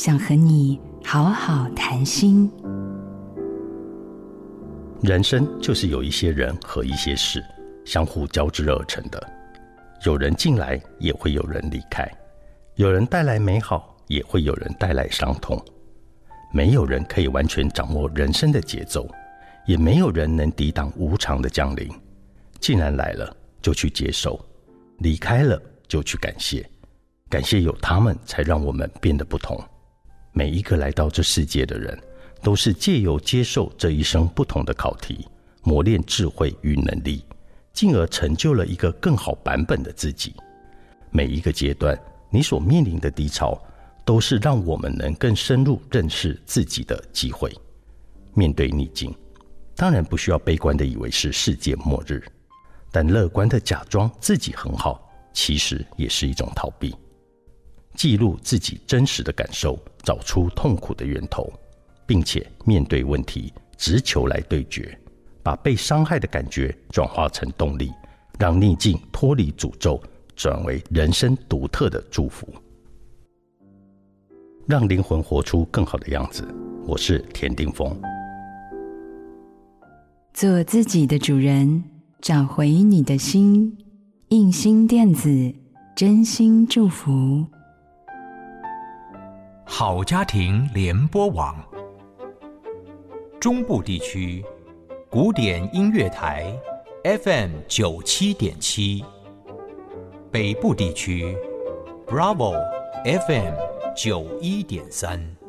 想和你好好谈心。 人生就是有一些人和一些事相互交织而成的，有人进来，也会有人离开，有人带来美好，也会有人带来伤痛。没有人可以完全掌握人生的节奏，也没有人能抵挡无常的降临。既然来了，就去接受；离开了，就去感谢。感谢有他们，才让我们变得不同。每一个来到这世界的人，都是借由接受这一生不同的考题，磨练智慧与能力，进而成就了一个更好版本的自己。每一个阶段，你所面临的低潮，都是让我们能更深入认识自己的机会。面对逆境，当然不需要悲观的以为是世界末日，但乐观的假装自己很好，其实也是一种逃避。记录自己真实的感受，找出痛苦的源头，并且面对问题，直球来对决，把被伤害的感觉转化成动力，让逆境脱离诅咒，转为人生独特的祝福。让灵魂活出更好的样子。我是田定峰。 做自己的主人，找回你的心。映心电子真心祝福。 好家庭联播网，中部地区古典音乐台 FM97.7， 北部地区 Bravo FM91.3。